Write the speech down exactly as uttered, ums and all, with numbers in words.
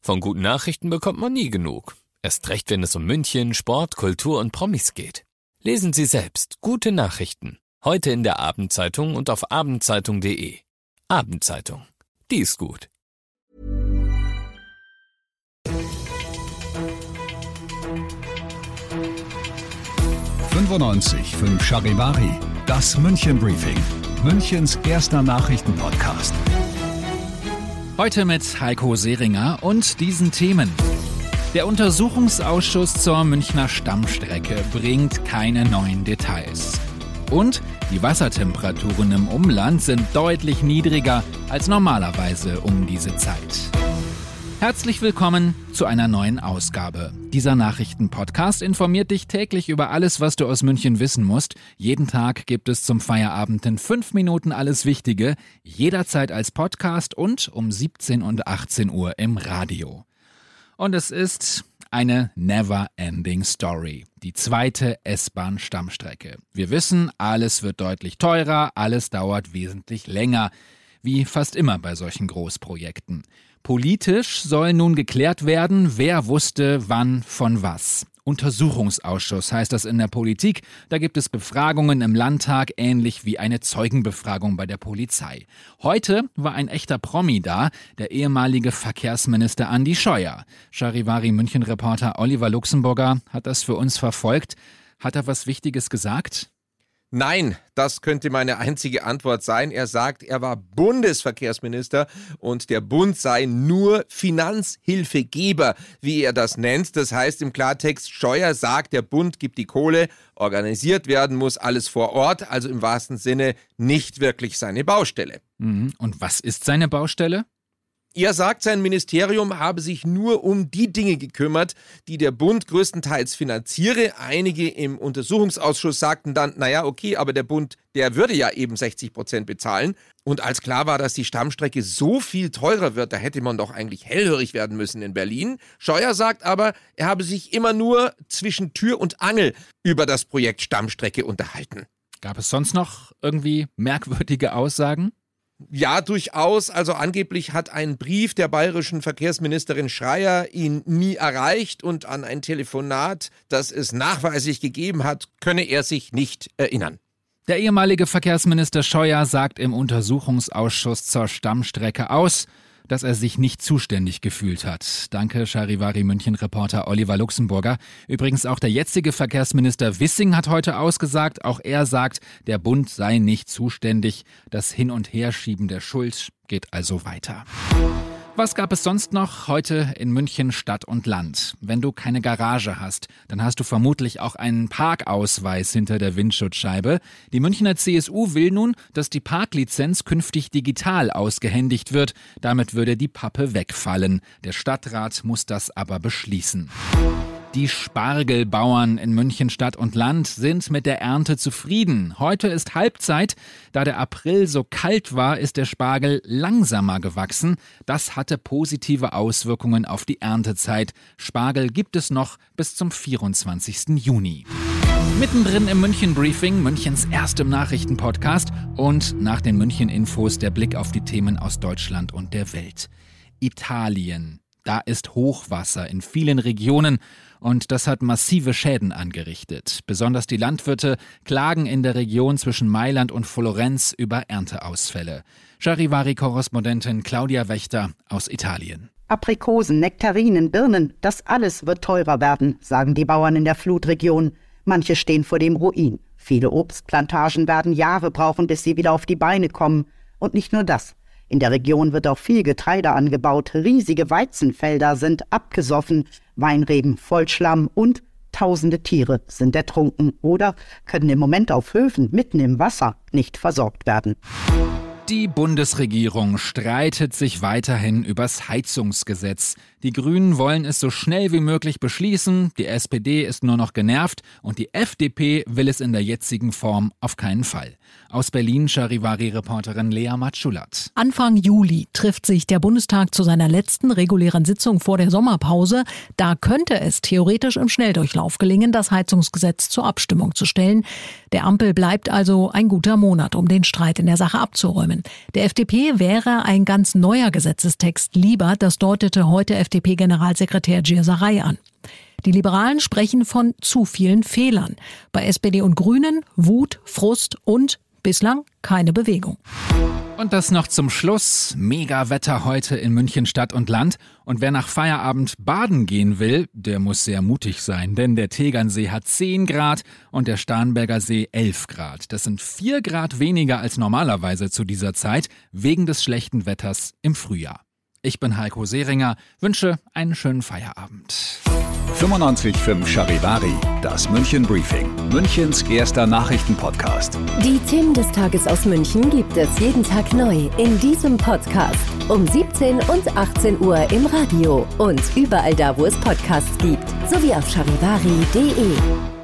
Von guten Nachrichten bekommt man nie genug. Erst recht, wenn es um München, Sport, Kultur und Promis geht. Lesen Sie selbst gute Nachrichten. Heute in der Abendzeitung und auf abendzeitung punkt de. Abendzeitung. Die ist gut. fünfundneunzig Komma fünf Charivari, das München Briefing, Münchens erster Nachrichtenpodcast. Heute mit Heiko Seringer und diesen Themen. Der Untersuchungsausschuss zur Münchner Stammstrecke bringt keine neuen Details. Und die Wassertemperaturen im Umland sind deutlich niedriger als normalerweise um diese Zeit. Herzlich willkommen zu einer neuen Ausgabe. Dieser Nachrichtenpodcast informiert dich täglich über alles, was du aus München wissen musst. Jeden Tag gibt es zum Feierabend in fünf Minuten alles Wichtige, jederzeit als Podcast und um siebzehn und achtzehn Uhr im Radio. Und es ist eine never-ending Story. Die zweite S-Bahn-Stammstrecke. Wir wissen, alles wird deutlich teurer, alles dauert wesentlich länger. Wie fast immer bei solchen Großprojekten. Politisch soll nun geklärt werden, wer wusste wann von was. Untersuchungsausschuss heißt das in der Politik. Da gibt es Befragungen im Landtag, ähnlich wie eine Zeugenbefragung bei der Polizei. Heute war ein echter Promi da, der ehemalige Verkehrsminister Andi Scheuer. Charivari-München-Reporter Oliver Luxemburger hat das für uns verfolgt. Hat er was Wichtiges gesagt? Nein, das könnte meine einzige Antwort sein. Er sagt, er war Bundesverkehrsminister und der Bund sei nur Finanzhilfegeber, wie er das nennt. Das heißt im Klartext, Scheuer sagt, der Bund gibt die Kohle, organisiert werden muss alles vor Ort, also im wahrsten Sinne nicht wirklich seine Baustelle. Und was ist seine Baustelle? Er sagt, sein Ministerium habe sich nur um die Dinge gekümmert, die der Bund größtenteils finanziere. Einige im Untersuchungsausschuss sagten dann, naja, okay, aber der Bund, der würde ja eben sechzig Prozent bezahlen. Und als klar war, dass die Stammstrecke so viel teurer wird, da hätte man doch eigentlich hellhörig werden müssen in Berlin. Scheuer sagt aber, er habe sich immer nur zwischen Tür und Angel über das Projekt Stammstrecke unterhalten. Gab es sonst noch irgendwie merkwürdige Aussagen? Ja, durchaus. Also angeblich hat ein Brief der bayerischen Verkehrsministerin Schreier ihn nie erreicht und an ein Telefonat, das es nachweislich gegeben hat, könne er sich nicht erinnern. Der ehemalige Verkehrsminister Scheuer sagt im Untersuchungsausschuss zur Stammstrecke aus, dass er sich nicht zuständig gefühlt hat. Danke, Charivari-München-Reporter Oliver Luxemburger. Übrigens auch der jetzige Verkehrsminister Wissing hat heute ausgesagt. Auch er sagt, der Bund sei nicht zuständig. Das Hin- und Herschieben der Schuld geht also weiter. Was gab es sonst noch heute in München Stadt und Land? Wenn du keine Garage hast, dann hast du vermutlich auch einen Parkausweis hinter der Windschutzscheibe. Die Münchner C S U will nun, dass die Parklizenz künftig digital ausgehändigt wird. Damit würde die Pappe wegfallen. Der Stadtrat muss das aber beschließen. Die Spargelbauern in München Stadt und Land sind mit der Ernte zufrieden. Heute ist Halbzeit. Da der April so kalt war, ist der Spargel langsamer gewachsen. Das hatte positive Auswirkungen auf die Erntezeit. Spargel gibt es noch bis zum vierundzwanzigsten Juni. Mittendrin im München-Briefing, Münchens erstem Nachrichtenpodcast und nach den München-Infos der Blick auf die Themen aus Deutschland und der Welt. Italien. Da ist Hochwasser in vielen Regionen und das hat massive Schäden angerichtet. Besonders die Landwirte klagen in der Region zwischen Mailand und Florenz über Ernteausfälle. Charivari-Korrespondentin Claudia Wächter aus Italien. Aprikosen, Nektarinen, Birnen, das alles wird teurer werden, sagen die Bauern in der Flutregion. Manche stehen vor dem Ruin. Viele Obstplantagen werden Jahre brauchen, bis sie wieder auf die Beine kommen. Und nicht nur das. In der Region wird auch viel Getreide angebaut. Riesige Weizenfelder sind abgesoffen, Weinreben voll Schlamm und tausende Tiere sind ertrunken oder können im Moment auf Höfen mitten im Wasser nicht versorgt werden. Die Bundesregierung streitet sich weiterhin übers Heizungsgesetz. Die Grünen wollen es so schnell wie möglich beschließen, die S P D ist nur noch genervt und die F D P will es in der jetzigen Form auf keinen Fall. Aus Berlin Charivari-Reporterin Lea Matschulat. Anfang Juli trifft sich der Bundestag zu seiner letzten regulären Sitzung vor der Sommerpause. Da könnte es theoretisch im Schnelldurchlauf gelingen, das Heizungsgesetz zur Abstimmung zu stellen. Der Ampel bleibt also ein guter Monat, um den Streit in der Sache abzuräumen. Grünen. Der F D P wäre ein ganz neuer Gesetzestext lieber, das deutete heute F D P-Generalsekretär Gierserei an. Die Liberalen sprechen von zu vielen Fehlern. Bei S P D und Grünen Wut, Frust und bislang keine Bewegung. Und das noch zum Schluss. Mega-Wetter heute in München Stadt und Land. Und wer nach Feierabend baden gehen will, der muss sehr mutig sein. Denn der Tegernsee hat zehn Grad und der Starnberger See elf Grad. Das sind vier Grad weniger als normalerweise zu dieser Zeit, wegen des schlechten Wetters im Frühjahr. Ich bin Heiko Seringer, wünsche einen schönen Feierabend. fünfundneunzig Komma fünf Charivari, das München Briefing, Münchens erster Nachrichtenpodcast. Die Themen des Tages aus München gibt es jeden Tag neu in diesem Podcast. Um siebzehn und achtzehn Uhr im Radio und überall da, wo es Podcasts gibt. Sowie auf charivari punkt de.